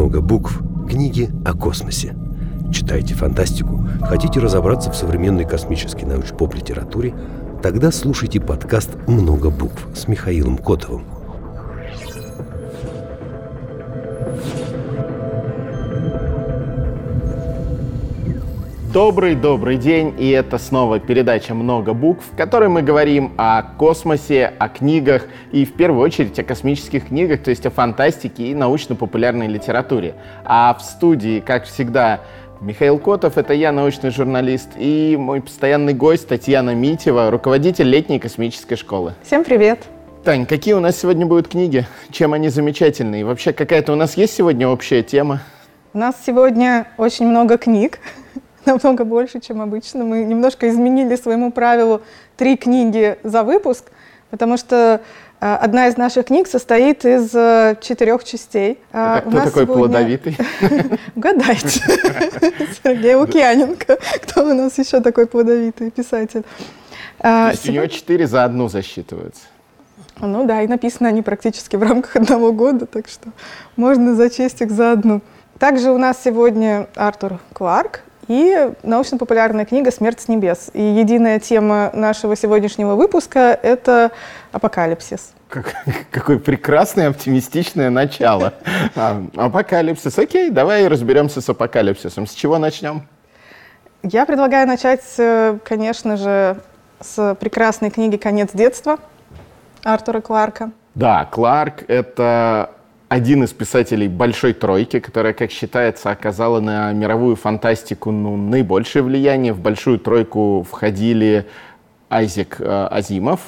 много букв. Книги о космосе. Читайте фантастику? Хотите разобраться в современной космической научно-поп-литературе? Тогда слушайте подкаст «Много букв» с Михаилом Котовым. Добрый день, и это снова передача «Много букв», в которой мы говорим о космосе, о книгах и в первую очередь о космических книгах, то есть о фантастике и научно-популярной литературе. А в студии, как всегда, Михаил Котов, это я, научный журналист, и мой постоянный гость Татьяна Митева, руководитель летней космической школы. Всем привет! Тань, какие у нас сегодня будут книги? Чем они замечательны? И вообще какая-то у нас есть сегодня общая тема? У нас сегодня очень много книг. Намного больше, чем обычно. Мы немножко изменили своему правилу 3 книги за выпуск, потому что одна из наших книг состоит из 4 частей. Кто такой сегодня... плодовитый? Угадайте. Сергей Лукьяненко. Кто у нас еще такой плодовитый писатель? То есть у него 4 за одну засчитываются. Ну да, и написаны они практически в рамках одного года, так что можно зачесть их за одну. Также у нас сегодня Артур Кларк и научно-популярная книга «Смерть с небес». И единая тема нашего сегодняшнего выпуска — это апокалипсис. Какое прекрасное, оптимистичное начало. Апокалипсис. Окей, давай разберемся с апокалипсисом. С чего начнем? Я предлагаю начать, конечно же, с прекрасной книги «Конец детства» Артура Кларка. Да, Кларк — это один из писателей «Большой тройки», которая, как считается, оказала на мировую фантастику наибольшее влияние. В «Большую тройку» входили Айзек Азимов,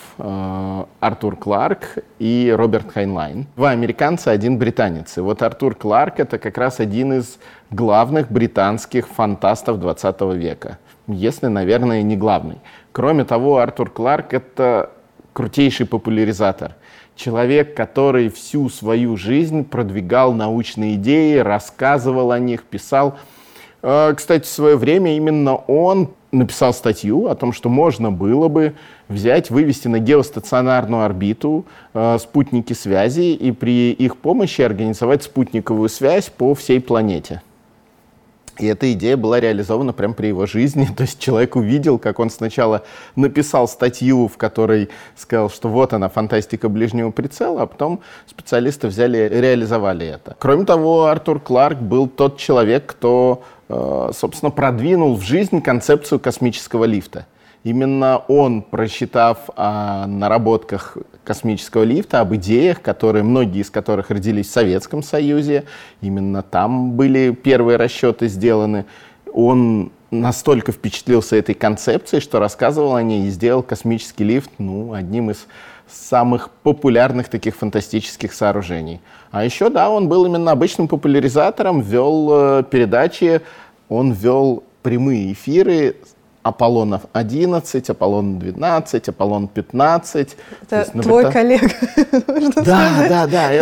Артур Кларк и Роберт Хайнлайн. 2 американца, 1 британец. И вот Артур Кларк — это как раз один из главных британских фантастов 20 века. Если, наверное, не главный. Кроме того, Артур Кларк — это крутейший популяризатор. Человек, который всю свою жизнь продвигал научные идеи, рассказывал о них, писал. Кстати, в свое время именно он написал статью о том, что можно было бы взять, вывести на геостационарную орбиту спутники связи и при их помощи организовать спутниковую связь по всей планете. И эта идея была реализована прямо при его жизни. То есть человек увидел, как он сначала написал статью, в которой сказал, что вот она, фантастика ближнего прицела, а потом специалисты взяли и реализовали это. Кроме того, Артур Кларк был тот человек, кто, собственно, продвинул в жизнь концепцию космического лифта. Именно он, просчитав о наработках космического лифта, об идеях, многие из которых родились в Советском Союзе, именно там были первые расчеты сделаны, он настолько впечатлился этой концепцией, что рассказывал о ней и сделал космический лифт одним из самых популярных таких фантастических сооружений. А еще, да, он был именно обычным популяризатором, вел передачи, он вел прямые эфиры Аполлонов 11, Аполлон 12, Аполлон 15. Это твой коллега, можно сказать. Да.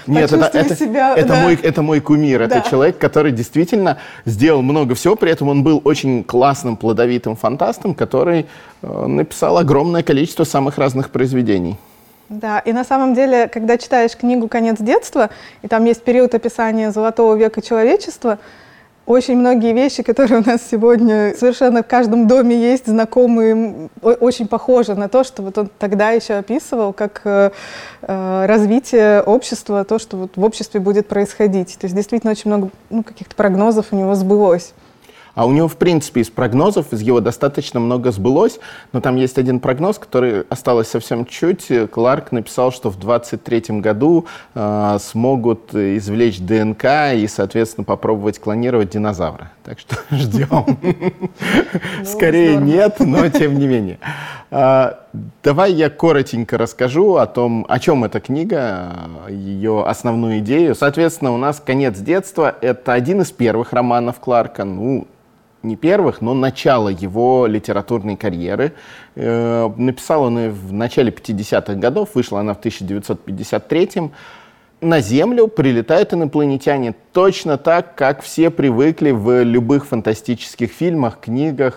Это мой кумир. Да. Это человек, который действительно сделал много всего. При этом он был очень классным, плодовитым фантастом, который написал огромное количество самых разных произведений. Да, и на самом деле, когда читаешь книгу «Конец детства», и там есть период описания золотого века человечества, очень многие вещи, которые у нас сегодня совершенно в каждом доме есть, знакомые, очень похожи на то, что вот он тогда еще описывал, как развитие общества, то, что вот в обществе будет происходить. То есть действительно очень много каких-то прогнозов у него сбылось. А у него, в принципе, из прогнозов, из его достаточно много сбылось, но там есть один прогноз, который осталось совсем чуть. Кларк написал, что в 2023 году смогут извлечь ДНК и, соответственно, попробовать клонировать динозавра. Так что ждем. Скорее нет, но тем не менее. Давай я коротенько расскажу о том, о чем эта книга, ее основную идею. Соответственно, у нас «Конец детства» — это один из первых романов Кларка, не первых, но начало его литературной карьеры. Написал он ее в начале 50-х годов, вышла она в 1953-м. На Землю прилетают инопланетяне точно так, как все привыкли в любых фантастических фильмах, книгах.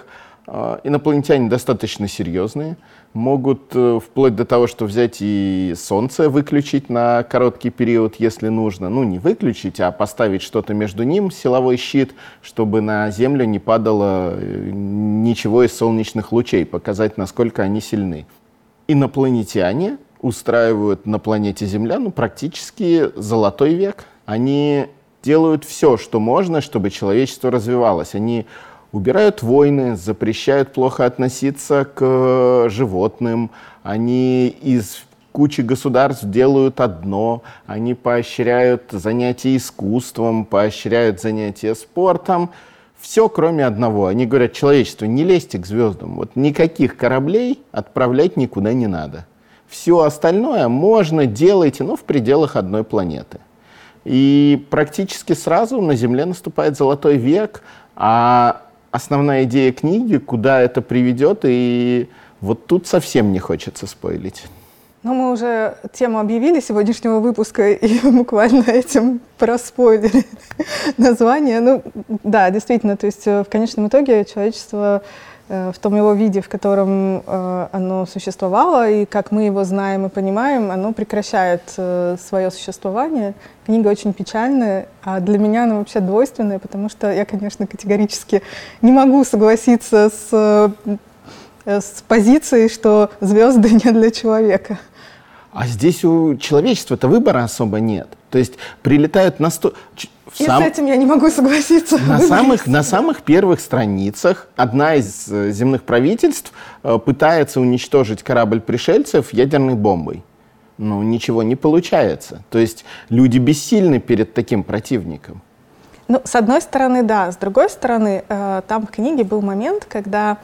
Инопланетяне достаточно серьезные, могут вплоть до того, что взять и Солнце выключить на короткий период, если нужно. Ну, не выключить, а поставить что-то между ним, силовой щит, чтобы на Землю не падало ничего из солнечных лучей, показать, насколько они сильны. Инопланетяне устраивают на планете Земля практически золотой век. Они делают все, что можно, чтобы человечество развивалось. Они убирают войны, запрещают плохо относиться к животным. Они из кучи государств делают одно. Они поощряют занятия искусством, поощряют занятия спортом. Все, кроме одного. Они говорят: человечество, не лезьте к звездам. Вот никаких кораблей отправлять никуда не надо. Все остальное можно делать, но в пределах одной планеты. И практически сразу на Земле наступает золотой век, а основная идея книги, куда это приведет, и вот тут совсем не хочется спойлить. Ну, мы уже тему объявили сегодняшнего выпуска и буквально этим проспойлили название. Ну, да, действительно, то есть в конечном итоге человечество в том его виде, в котором оно существовало, и как мы его знаем и понимаем, оно прекращает свое существование. Книга очень печальная, а для меня она вообще двойственная, потому что я, конечно, категорически не могу согласиться с позицией, что звезды не для человека. А здесь у человечества-то выбора особо нет. То есть прилетают с этим я не могу согласиться. На самых первых страницах одна из земных правительств пытается уничтожить корабль пришельцев ядерной бомбой. Но ничего не получается. То есть люди бессильны перед таким противником. Ну, с одной стороны, да. С другой стороны, там в книге был момент, когда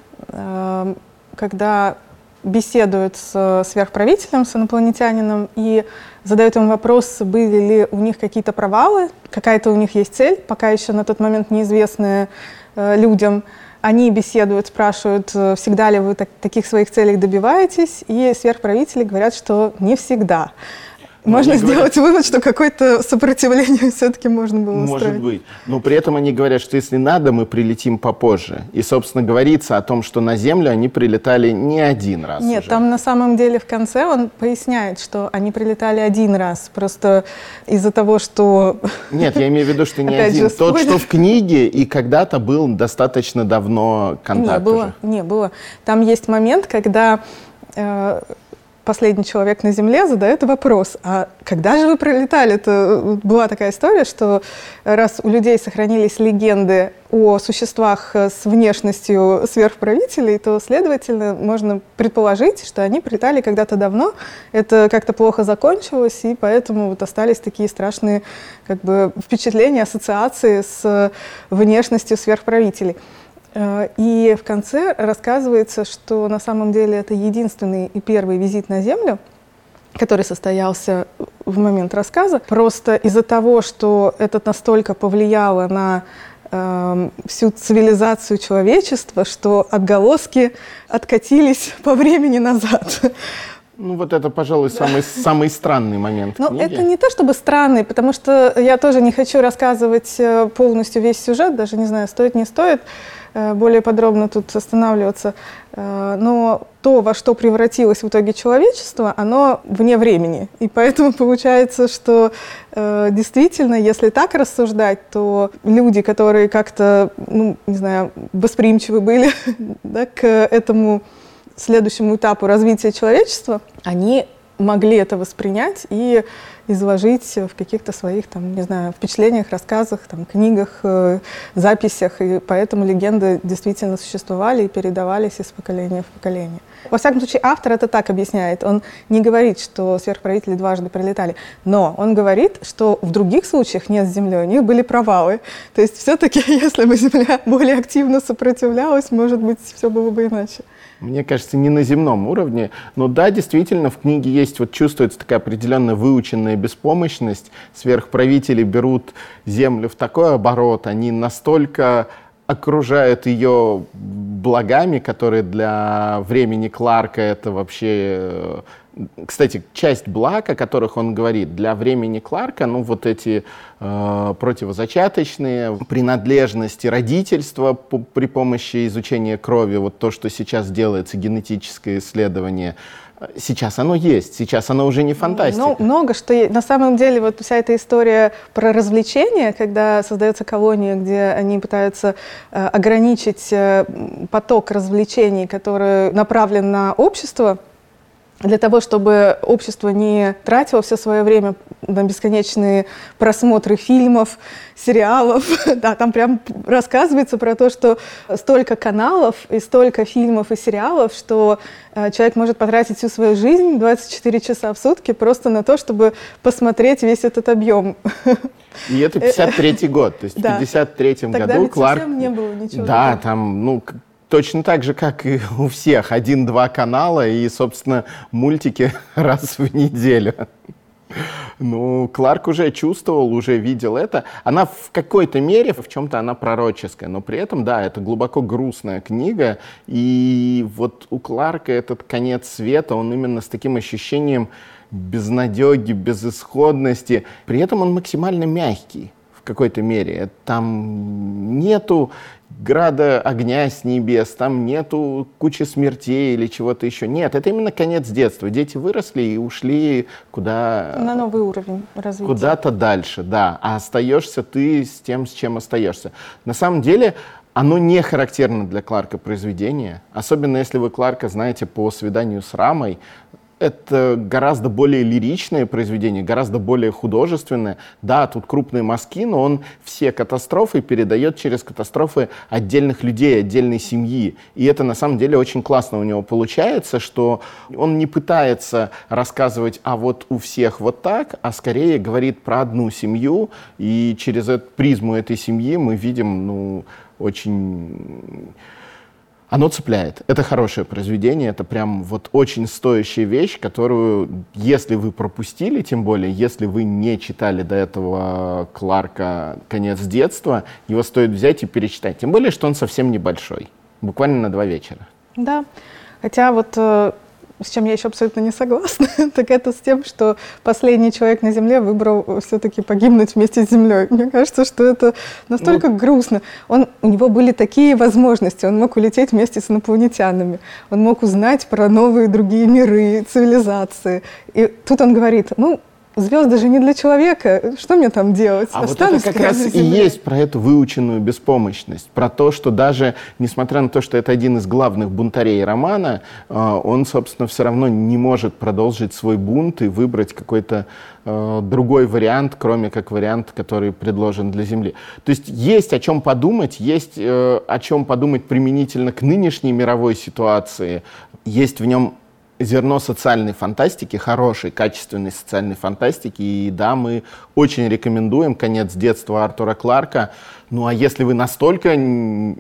беседуют с сверхправителем, с инопланетянином, и задают ему вопрос, были ли у них какие-то провалы, какая-то у них есть цель, пока еще на тот момент неизвестная людям. Они беседуют, спрашивают, всегда ли вы таких своих целей добиваетесь, и сверхправители говорят, что не всегда. Можно сделать вывод, что какое-то сопротивление все-таки можно было устроить. Может быть. Но при этом они говорят, что если надо, мы прилетим попозже. И, собственно, говорится о том, что на Землю они прилетали не один раз. Нет, уже. Там на самом деле в конце он поясняет, что они прилетали один раз. Просто из-за того, что... Нет, я имею в виду, что не один. Тот, что в книге, и когда-то был достаточно давно контакт уже. Не было. Там есть момент, когда... последний человек на Земле задает вопрос: а когда же вы прилетали? Это была такая история, что раз у людей сохранились легенды о существах с внешностью сверхправителей, то, следовательно, можно предположить, что они прилетали когда-то давно, это как-то плохо закончилось, и поэтому вот остались такие страшные впечатления, ассоциации с внешностью сверхправителей. И в конце рассказывается, что на самом деле это единственный и первый визит на Землю, который состоялся в момент рассказа. Просто из-за того, что это настолько повлияло на всю цивилизацию человечества, что отголоски откатились по времени назад. Ну вот это, пожалуй, самый странный момент в книге. Это не то чтобы странный, потому что я тоже не хочу рассказывать полностью весь сюжет, даже не знаю, стоит, не стоит более подробно тут останавливаться. Но то, во что превратилось в итоге человечество, оно вне времени. И поэтому получается, что действительно, если так рассуждать, то люди, которые как-то, восприимчивы были к этому следующему этапу развития человечества, они могли это воспринять и изложить в каких-то своих, впечатлениях, рассказах, книгах, записях. И поэтому легенды действительно существовали и передавались из поколения в поколение. Во всяком случае, автор это так объясняет. Он не говорит, что сверхправители дважды прилетали, но он говорит, что в других случаях нет с Землей, у них были провалы. То есть все-таки, если бы Земля более активно сопротивлялась, может быть, все было бы иначе. Мне кажется, не на земном уровне, но да, действительно, в книге есть, чувствуется такая определенная выученная беспомощность. Сверхправители берут Землю в такой оборот, они настолько окружают ее благами, которые для времени Кларка это вообще... Кстати, часть благ, о которых он говорит, для времени Кларка, ну вот эти противозачаточные принадлежности, родительства при помощи изучения крови, вот то, что сейчас делается, генетическое исследование, сейчас оно есть, сейчас оно уже не фантастика. Ну, много что есть. На самом деле вот вся эта история про развлечения, когда создается колония, где они пытаются ограничить поток развлечений, который направлен на общество, для того, чтобы общество не тратило все свое время на бесконечные просмотры фильмов, сериалов. Да, там прям рассказывается про то, что столько каналов и столько фильмов и сериалов, что человек может потратить всю свою жизнь, 24 часа в сутки, просто на то, чтобы посмотреть весь этот объем. И это 53-й год. То есть в 53-м году Кларк... Тогда ведь совсем не было ничего. Да, такого. там, ну... Точно так же, как и у всех, 1-2 канала и, собственно, мультики раз в неделю. Ну, Кларк уже чувствовал, уже видел это. Она в какой-то мере, в чем-то она пророческая, но при этом, да, это глубоко грустная книга. И вот у Кларка этот конец света, он именно с таким ощущением безнадеги, безысходности. При этом он максимально мягкий в какой-то мере. Там нету града огня с небес, там нету кучи смертей или чего-то еще. Нет, это именно конец детства. Дети выросли и ушли куда... На новый уровень развития. Куда-то дальше, да. А остаешься ты с тем, с чем остаешься. На самом деле, оно не характерно для Кларка произведение. Особенно если вы Кларка знаете по «Свиданию с Рамой». Это гораздо более лиричное произведение, гораздо более художественное. Да, тут крупные мазки, но он все катастрофы передает через катастрофы отдельных людей, отдельной семьи. И это на самом деле очень классно у него получается, что он не пытается рассказывать, а вот у всех вот так, а скорее говорит про одну семью. И через эту призму этой семьи мы видим, ну, очень... Оно цепляет. Это хорошее произведение, это прям вот очень стоящая вещь, которую, если вы пропустили, тем более, если вы не читали до этого Кларка «Конец детства», его стоит взять и перечитать. Тем более, что он совсем небольшой, буквально на 2 вечера. Да, хотя вот с чем я еще абсолютно не согласна, так это с тем, что последний человек на Земле выбрал все-таки погибнуть вместе с Землей. Мне кажется, что это настолько грустно. У него были такие возможности. Он мог улететь вместе с инопланетянами. Он мог узнать про новые другие миры, цивилизации. И тут он говорит, ну, звезды же не для человека, что мне там делать? А вот это как раз и есть про эту выученную беспомощность, про то, что даже, несмотря на то, что это один из главных бунтарей романа, он, собственно, все равно не может продолжить свой бунт и выбрать какой-то другой вариант, кроме как вариант, который предложен для Земли. То есть о чем подумать, есть о чем подумать применительно к нынешней мировой ситуации, есть в нем зерно социальной фантастики, хорошей, качественной социальной фантастики. И да, мы очень рекомендуем «Конец детства» Артура Кларка. Ну а если вы настолько не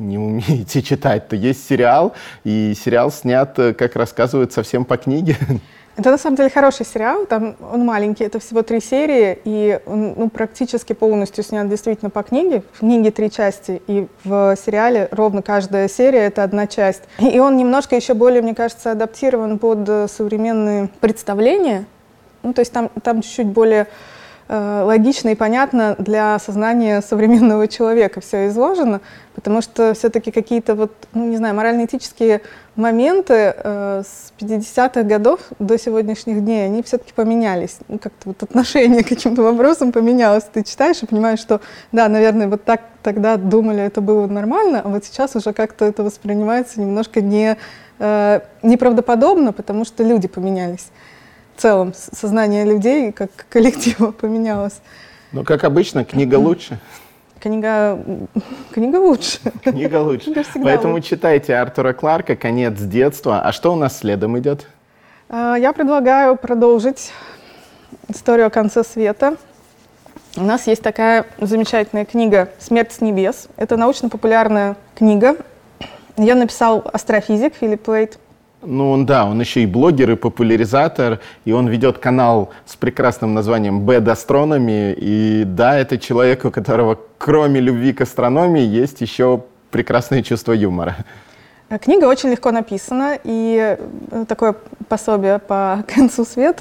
умеете читать, то есть сериал. И сериал снят, как рассказывают, совсем по книге. Это на самом деле хороший сериал, там он маленький, это всего 3 серии, и он практически полностью снят действительно по книге. В книге 3 части, и в сериале ровно каждая серия — это 1 часть. И он немножко еще более, мне кажется, адаптирован под современные представления. Ну, то есть там чуть-чуть более логично и понятно для сознания современного человека все изложено, потому что все-таки какие-то вот, ну, не знаю, морально-этические моменты с 50-х годов до сегодняшних дней, они все-таки поменялись. Ну, как-то вот отношение к каким-то вопросам поменялось. Ты читаешь и понимаешь, что, да, наверное, вот так тогда думали, это было нормально, а вот сейчас уже как-то это воспринимается немножко неправдоподобно, потому что люди поменялись. В целом сознание людей как коллектива поменялось. Ну, как обычно, книга лучше. Книга лучше. Книга лучше. Поэтому лучше. Читайте Артура Кларка «Конец детства». А что у нас следом идет? Я предлагаю продолжить историю о конце света. У нас есть такая замечательная книга «Смерть с небес». Это научно-популярная книга. Ее написал астрофизик Филипп Плейт. Ну, да, он еще и блогер, и популяризатор, и он ведет канал с прекрасным названием Bad Astronomy, и да, это человек, у которого кроме любви к астрономии есть еще прекрасное чувство юмора. Книга очень легко написана, и такое пособие по концу света.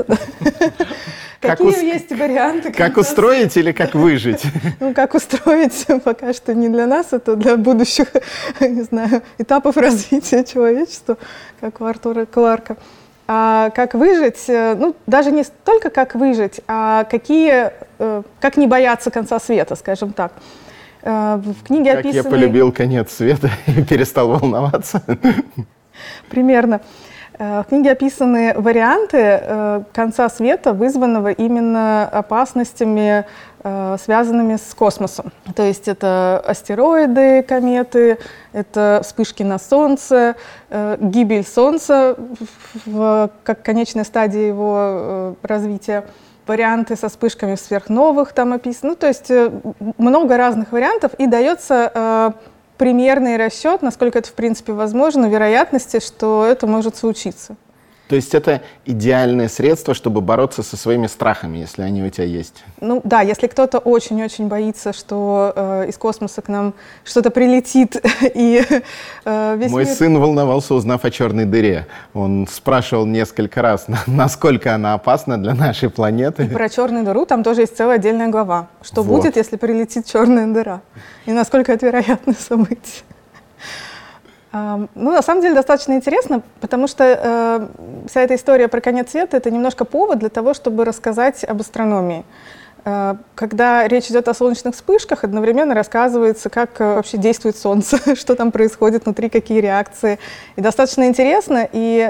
Какие есть варианты? Как устроить или как выжить? Ну, как устроить пока что не для нас, это для будущих, не знаю, этапов развития человечества, как у Артура Кларка. А как выжить, ну, даже не столько как выжить, а как не бояться конца света, скажем так. В книге как я полюбил конец света и перестал волноваться. Примерно. В книге описаны варианты конца света, вызванного именно опасностями, связанными с космосом. То есть это астероиды, кометы, это вспышки на Солнце, гибель Солнца как конечная стадия его развития. Варианты со вспышками сверхновых там описаны. Ну, то есть много разных вариантов, и дается примерный расчет, насколько это в принципе возможно, вероятности, что это может случиться. То есть это идеальное средство, чтобы бороться со своими страхами, если они у тебя есть. Ну да, если кто-то очень-очень боится, что из космоса к нам что-то прилетит и весь Мой сын волновался, узнав о черной дыре. Он спрашивал несколько раз, насколько она опасна для нашей планеты. И про черную дыру там тоже есть целая отдельная глава. Что будет, если прилетит черная дыра? И насколько это вероятное событие? Ну, на самом деле, достаточно интересно, потому что вся эта история про конец света — это немножко повод для того, чтобы рассказать об астрономии. Когда речь идет о солнечных вспышках, одновременно рассказывается, как вообще действует Солнце, что там происходит внутри, какие реакции. И достаточно интересно, и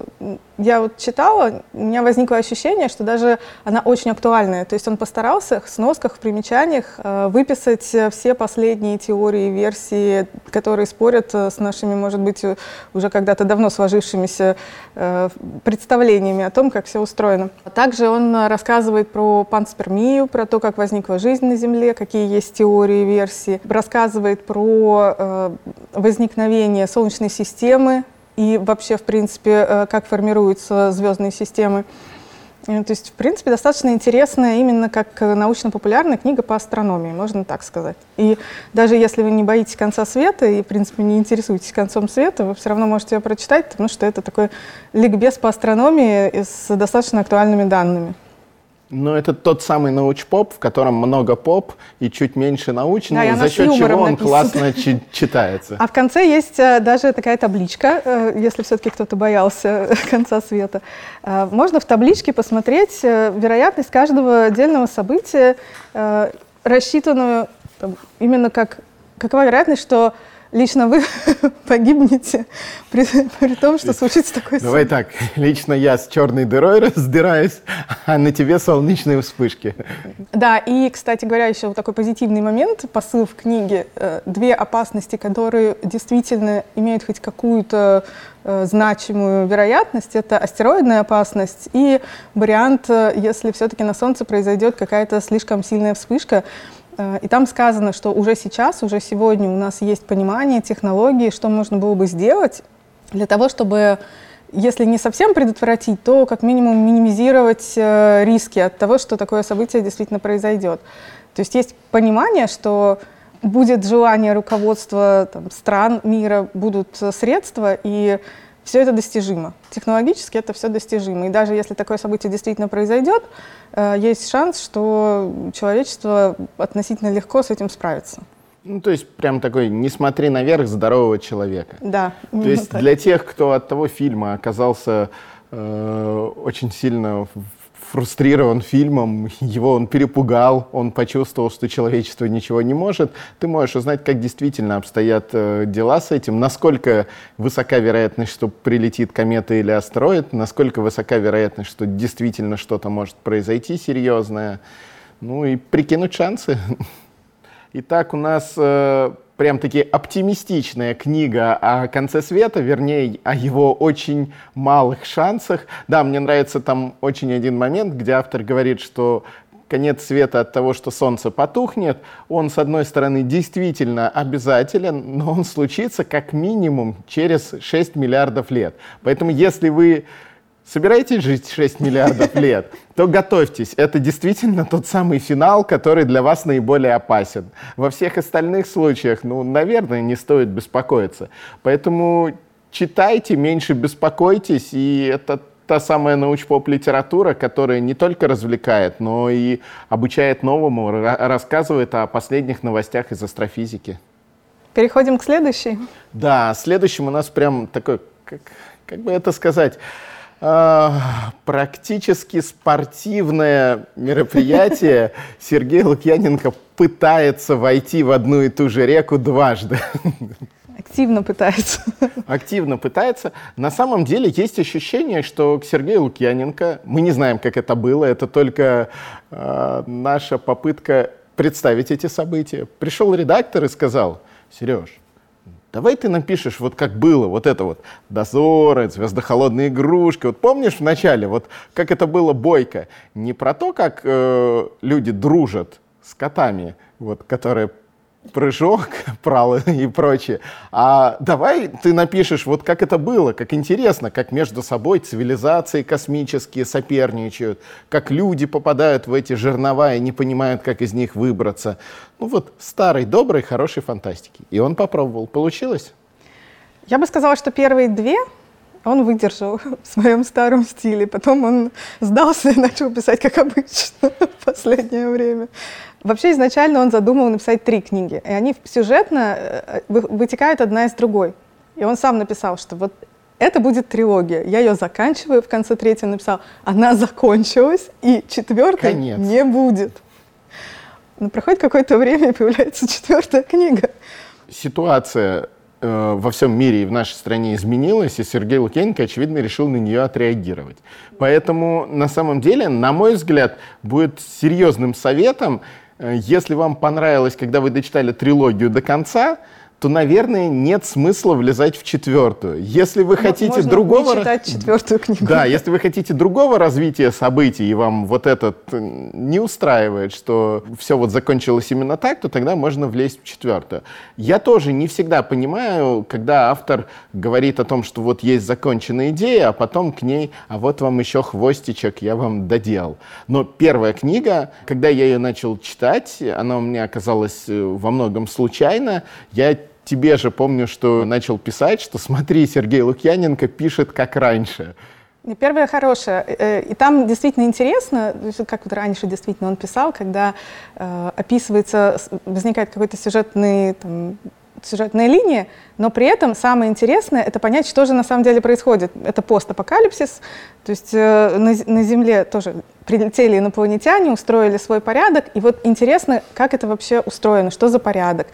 я вот читала, у меня возникло ощущение, что даже она очень актуальная. То есть он постарался в сносках, в примечаниях выписать все последние теории, версии, которые спорят с нашими, может быть, уже когда-то давно сложившимися представлениями о том, как все устроено. Также он рассказывает про панспермию, про то, как возникла жизнь на Земле, какие есть теории, версии. Рассказывает про возникновение Солнечной системы, и вообще, в принципе, как формируются звездные системы. То есть, в принципе, достаточно интересная именно как научно-популярная книга по астрономии, можно так сказать. И даже если вы не боитесь конца света и, в принципе, не интересуетесь концом света, вы все равно можете ее прочитать, потому что это такой ликбез по астрономии с достаточно актуальными данными. Но это тот самый научпоп, в котором много поп и чуть меньше научного, да, за счет чего он классно читается. А в конце есть даже такая табличка, если все-таки кто-то боялся конца света. Можно в табличке посмотреть вероятность каждого отдельного события, рассчитанную именно какова вероятность, что лично вы погибнете при том, что случится такое. Давай так, лично я с черной дырой раздираюсь, а на тебе солнечные вспышки. Да, и, кстати говоря, еще вот такой позитивный момент, посыл в книге. Две опасности, которые действительно имеют хоть какую-то значимую вероятность, это астероидная опасность и вариант, если все-таки на Солнце произойдет какая-то слишком сильная вспышка. И там сказано, что уже сейчас, уже сегодня у нас есть понимание, технологии, что можно было бы сделать для того, чтобы, если не совсем предотвратить, то как минимум минимизировать риски от того, что такое событие действительно произойдет. То есть понимание, что будет желание руководства стран мира, будут средства, и все это достижимо. Технологически это все достижимо. И даже если такое событие действительно произойдет, есть шанс, что человечество относительно легко с этим справится. Ну, то есть прям такой «не смотри наверх» здорового человека. Да. То есть так. Для тех, кто от того фильма оказался очень сильно фрустрирован фильмом, его он перепугал, он почувствовал, что человечество ничего не может, ты можешь узнать, как действительно обстоят дела с этим, насколько высока вероятность, что прилетит комета или астероид, насколько высока вероятность, что действительно что-то может произойти серьезное, ну и прикинуть шансы. Итак, у нас прям-таки оптимистичная книга о конце света, вернее, о его очень малых шансах. Да, мне нравится там очень один момент, где автор говорит, что конец света от того, что солнце потухнет, он, с одной стороны, действительно обязателен, но он случится как минимум через 6 миллиардов лет. Поэтому если вы собираетесь жить 6 миллиардов лет, то готовьтесь. Это действительно тот самый финал, который для вас наиболее опасен. Во всех остальных случаях, наверное, не стоит беспокоиться. Поэтому читайте, меньше беспокойтесь, и это та самая научпоп-литература, которая не только развлекает, но и обучает новому, рассказывает о последних новостях из астрофизики. Переходим к следующей. Да, следующим у нас прям такой, как бы это сказать, практически спортивное мероприятие. Сергей Лукьяненко пытается войти в одну и ту же реку дважды. Активно пытается. Активно пытается. На самом деле есть ощущение, что к Сергею Лукьяненко, мы не знаем, как это было, это только наша попытка представить эти события. Пришел редактор и сказал: Сереж, давай ты напишешь вот как было, вот это вот «Дозоры», «Звездохолодные игрушки». Вот помнишь в начале, вот как это было бойко? Не про то, как люди дружат с котами, вот, которые прыжок, прал и прочее. А давай ты напишешь, вот как это было, как интересно, как между собой цивилизации космические соперничают, как люди попадают в эти жернова и не понимают, как из них выбраться. Вот старой, доброй, хорошей фантастики. И он попробовал. Получилось? Я бы сказала, что первые две он выдержал в своем старом стиле. Потом он сдался и начал писать, как обычно, в последнее время. Вообще, изначально он задумал написать 3 книги, и они сюжетно вытекают одна из другой. И он сам написал, что вот это будет трилогия. Я ее заканчиваю, в конце 3-й написал, она закончилась, и 4-й не будет. Но проходит какое-то время, и появляется 4-я книга. Ситуация во всем мире и в нашей стране изменилась, и Сергей Лукьяненко, очевидно, решил на нее отреагировать. Поэтому, на самом деле, на мой взгляд, будет серьезным советом, если вам понравилось, когда вы дочитали трилогию до конца, то, наверное, нет смысла влезать в 4-ю. Если вы хотите другого... Можно не читать 4-ю книгу. Да, если вы хотите другого развития событий, и вам вот этот не устраивает, что все вот закончилось именно так, то тогда можно влезть в 4-ю. Я тоже не всегда понимаю, когда автор говорит о том, что вот есть законченная идея, а потом к ней, а вот вам еще хвостичек, я вам доделал. Но первая книга, когда я ее начал читать, она у меня оказалась во многом случайно. Я тебе же помню, что начал писать, что смотри, Сергей Лукьяненко пишет как раньше. Первая хорошая. И там действительно интересно, как вот раньше действительно он писал, когда описывается, возникает какой-то сюжетная линия, но при этом самое интересное — это понять, что же на самом деле происходит. Это постапокалипсис, то есть на Земле тоже прилетели инопланетяне, устроили свой порядок, и вот интересно, как это вообще устроено, что за порядок,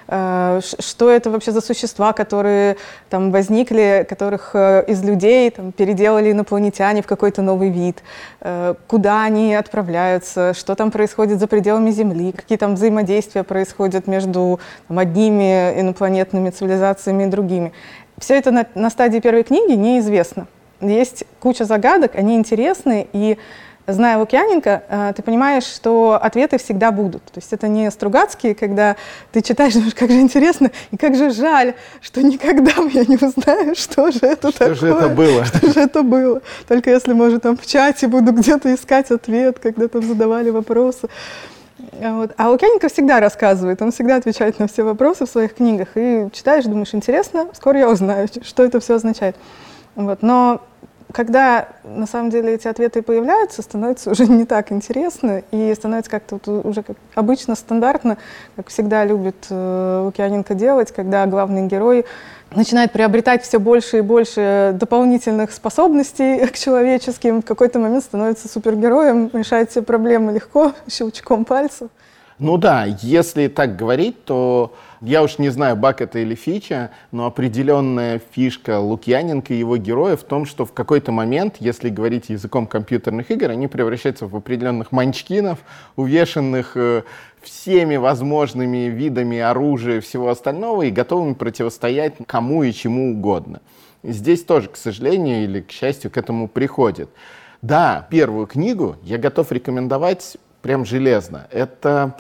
что это вообще за существа, которые там возникли, которых из людей там переделали инопланетяне в какой-то новый вид, куда они отправляются, что там происходит за пределами Земли, какие там взаимодействия происходят между одними инопланетными цивилизациями и другими. Все это на стадии первой книги неизвестно. Есть куча загадок, они интересны, и зная Лукьяненко, ты понимаешь, что ответы всегда будут. То есть это не Стругацкие, когда ты читаешь, думаешь, как же интересно и как же жаль, что никогда я не узнаю, что же это такое. Что же это было? Что же это было. Только если, может, там в чате буду где-то искать ответ, когда там задавали вопросы. Вот. А Лукьяненко всегда рассказывает, он всегда отвечает на все вопросы в своих книгах. И читаешь, думаешь, интересно, скоро я узнаю, что это все означает. Вот. Но когда на самом деле эти ответы появляются, становится уже не так интересно и становится как-то вот уже как обычно стандартно, как всегда любит Лукьяненко делать, когда главный герой начинает приобретать все больше и больше дополнительных способностей к человеческим, в какой-то момент становится супергероем, решает все проблемы легко, щелчком пальцев. Ну да, если так говорить, то я уж не знаю, баг это или фича, но определенная фишка Лукьяненко и его героя в том, что в какой-то момент, если говорить языком компьютерных игр, они превращаются в определенных манчкинов, увешанных всеми возможными видами оружия и всего остального и готовыми противостоять кому и чему угодно. Здесь тоже, к сожалению или к счастью, к этому приходит. Да, первую книгу я готов рекомендовать прям железно. Это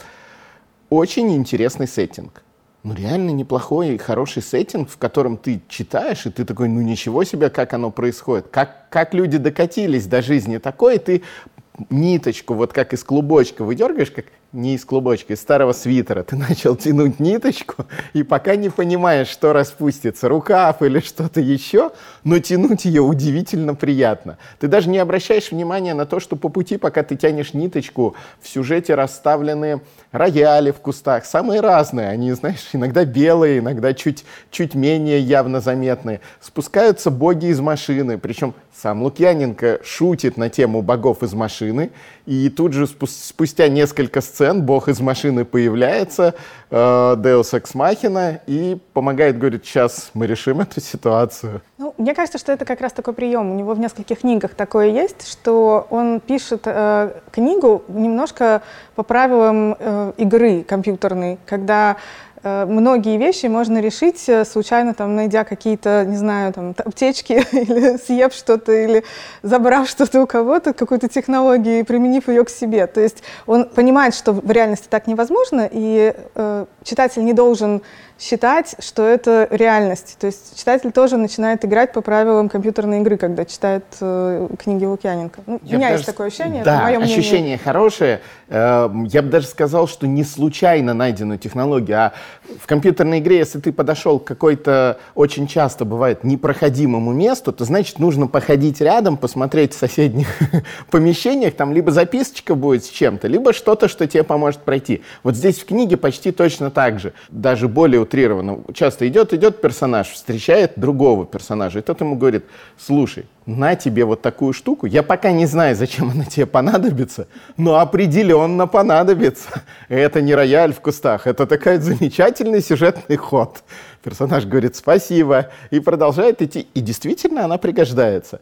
очень интересный сеттинг. Ну, реально неплохой и хороший сеттинг, в котором ты читаешь, и ты такой, ну, ничего себе, как оно происходит. Как люди докатились до жизни такой, и ты ниточку, вот как из клубочка выдергаешь, как не из клубочка, из старого свитера, ты начал тянуть ниточку, и пока не понимаешь, что распустится, рукав или что-то еще, но тянуть ее удивительно приятно. Ты даже не обращаешь внимания на то, что по пути, пока ты тянешь ниточку, в сюжете расставлены рояли в кустах, самые разные, они, знаешь, иногда белые, иногда чуть менее явно заметные. Спускаются боги из машины, причем сам Лукьяненко шутит на тему богов из машины, и тут же спустя несколько сцен бог из машины появляется, Deus Ex Machina, и помогает, говорит, сейчас мы решим эту ситуацию. Ну, мне кажется, что это как раз такой прием. У него в нескольких книгах такое есть, что он пишет книгу немножко по правилам игры компьютерной, когда многие вещи можно решить, случайно там, найдя какие-то, не знаю, там, аптечки, или съев что-то, или забрав что-то у кого-то, какую-то технологию, и применив ее к себе. То есть он понимает, что в реальности так невозможно, и читатель не должен считать, что это реальность. То есть читатель тоже начинает играть по правилам компьютерной игры, когда читает книги Лукьяненко. Ну, у меня есть такое ощущение. Да, это мое ощущение мнение. Хорошее. Я бы даже сказал, что не случайно найдена технология, а в компьютерной игре, если ты подошел к какой-то, очень часто бывает, непроходимому месту, то значит нужно походить рядом, посмотреть в соседних помещениях, там либо записочка будет с чем-то, либо что-то, что тебе поможет пройти. Вот здесь в книге почти точно так же, даже более утрированно. Часто идет персонаж, встречает другого персонажа, и тот ему говорит: слушай, на тебе вот такую штуку, я пока не знаю, зачем она тебе понадобится, но определенно понадобится. Это не рояль в кустах, это такой замечательный сюжетный ход. Персонаж говорит спасибо и продолжает идти, и действительно она пригождается.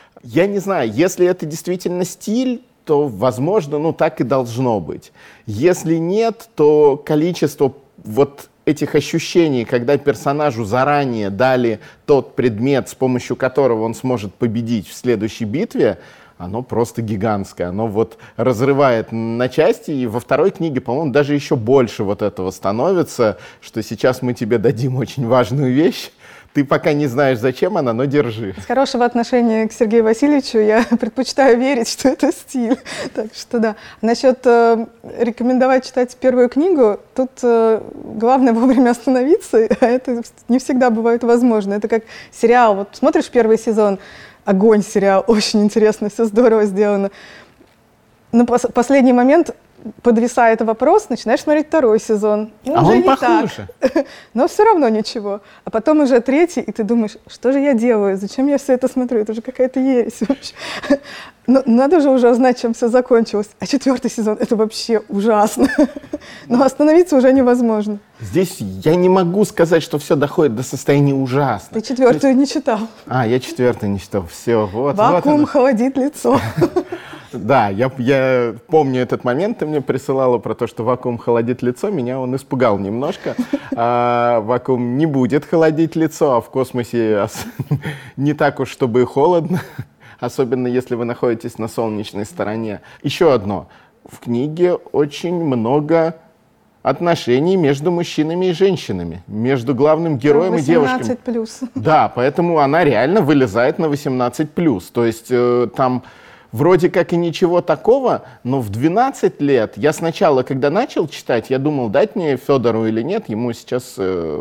Я не знаю, если это действительно стиль, то, возможно, ну так и должно быть. Если нет, то количество вот этих ощущений, когда персонажу заранее дали тот предмет, с помощью которого он сможет победить в следующей битве, оно просто гигантское. Оно вот разрывает на части, и во второй книге, по-моему, даже еще больше вот этого становится, что сейчас мы тебе дадим очень важную вещь, ты пока не знаешь, зачем она, но держи. С хорошего отношения к Сергею Васильевичу я предпочитаю верить, что это стиль. Так что да. Насчет рекомендовать читать первую книгу, тут главное вовремя остановиться, а это не всегда бывает возможно. Это как сериал. Вот смотришь первый сезон, огонь сериал, очень интересно, все здорово сделано. На последний момент подвисает вопрос, начинаешь смотреть второй сезон. Ну, а он похуже. Но все равно ничего. А потом уже третий, и ты думаешь, что же я делаю, зачем я все это смотрю, это же какая-то ересь вообще. Но надо же уже узнать, чем все закончилось. А четвертый сезон, это вообще ужасно. Но остановиться уже невозможно. Здесь я не могу сказать, что все доходит до состояния ужасно. Ты четвертую не читал. А, я четвертую не читал. Все, вот. Вакуум вот холодит лицо. Да, я помню этот момент, ты мне присылала про то, что вакуум холодит лицо, меня он испугал немножко. Вакуум не будет холодить лицо, а в космосе не так уж, чтобы и холодно, особенно если вы находитесь на солнечной стороне. Еще одно. В книге очень много отношений между мужчинами и женщинами, между главным героем и девушкой. 18+. Да, поэтому она реально вылезает на 18+. То есть там вроде как и ничего такого, но в 12 лет, я сначала, когда начал читать, я думал, дать мне Федору или нет, ему сейчас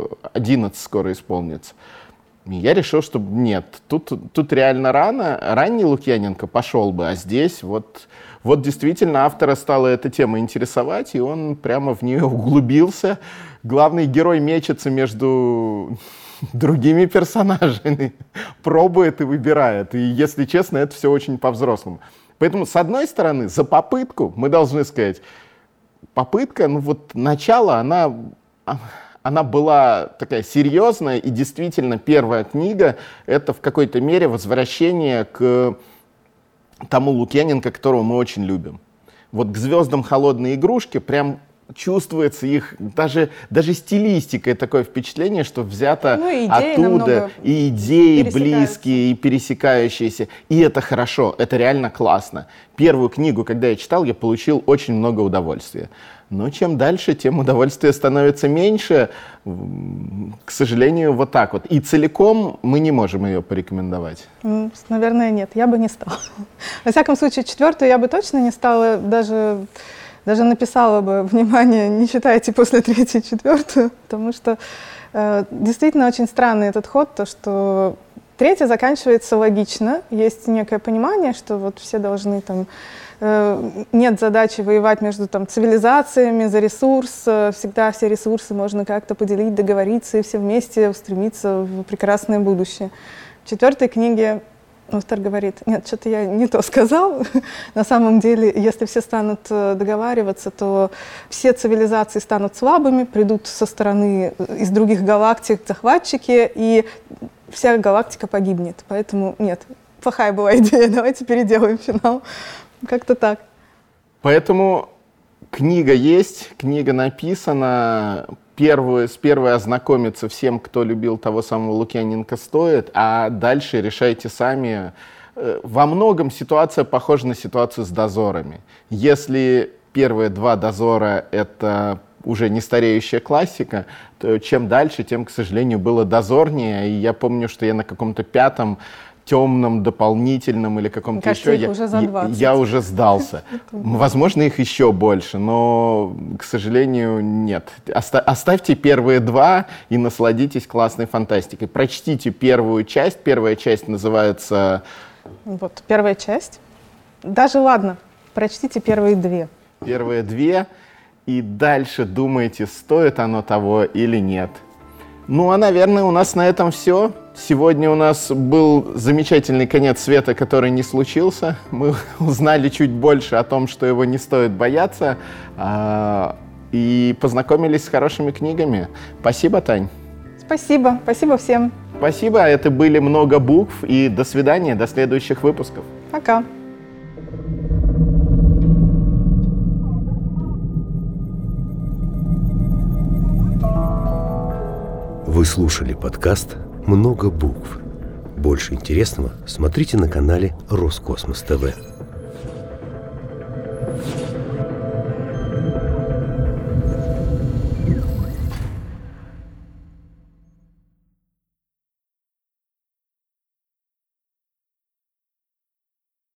11 скоро исполнится. И я решил, что нет, тут реально рано, ранний Лукьяненко пошел бы, а здесь вот действительно автора стала эта тема интересовать, и он прямо в нее углубился. Главный герой мечется между другими персонажами, пробует и выбирает. И, если честно, это все очень по-взрослому. Поэтому, с одной стороны, за попытку, мы должны сказать, попытка, ну вот начало, она была такая серьезная, и действительно первая книга — это в какой-то мере возвращение к тому Лукьяненко, которого мы очень любим. Вот к «Звездам холодной игрушки» прям чувствуется их, даже стилистика, такое впечатление, что взято идеи оттуда, и идеи близкие, и пересекающиеся. И это хорошо, это реально классно. Первую книгу, когда я читал, я получил очень много удовольствия. Но чем дальше, тем удовольствия становится меньше. К сожалению, вот так вот. И целиком мы не можем ее порекомендовать. Наверное, нет, я бы не стала. Во всяком случае, 4-ю я бы точно не стала, даже написала бы, внимание, не читайте после 3-й, 4-ю, потому что действительно очень странный этот ход, то, что 3-я заканчивается логично, есть некое понимание, что вот все должны там, нет задачи воевать между там цивилизациями за ресурс, всегда все ресурсы можно как-то поделить, договориться и все вместе устремиться в прекрасное будущее. В 4-й книге автор говорит, нет, что-то я не то сказал. На самом деле, если все станут договариваться, то все цивилизации станут слабыми, придут со стороны из других галактик захватчики, и вся галактика погибнет. Поэтому нет, плохая была идея, давайте переделаем финал. Как-то так. Поэтому книга есть, книга написана. С первой ознакомиться всем, кто любил того самого Лукьяненко, стоит, а дальше решайте сами. Во многом ситуация похожа на ситуацию с дозорами. Если первые 2 дозора — это уже не стареющая классика, то чем дальше, тем, к сожалению, было дозорнее. И я помню, что я на каком-то 5-м темном, дополнительном или каком-то еще, я уже сдался. Возможно, их еще больше, но, к сожалению, нет. Оставьте первые 2 и насладитесь классной фантастикой. Прочтите первую часть. Первая часть называется... Вот, первая часть. Даже ладно, прочтите первые 2. Первые 2, и дальше думайте, стоит оно того или нет. Ну, а, наверное, у нас на этом все. Сегодня у нас был замечательный конец света, который не случился. Мы узнали чуть больше о том, что его не стоит бояться, и познакомились с хорошими книгами. Спасибо, Тань. Спасибо. Спасибо всем. Спасибо. Это были «Много букв», и до свидания, до следующих выпусков. Пока. Вы слушали подкаст «Много букв». Больше интересного смотрите на канале Роскосмос ТВ.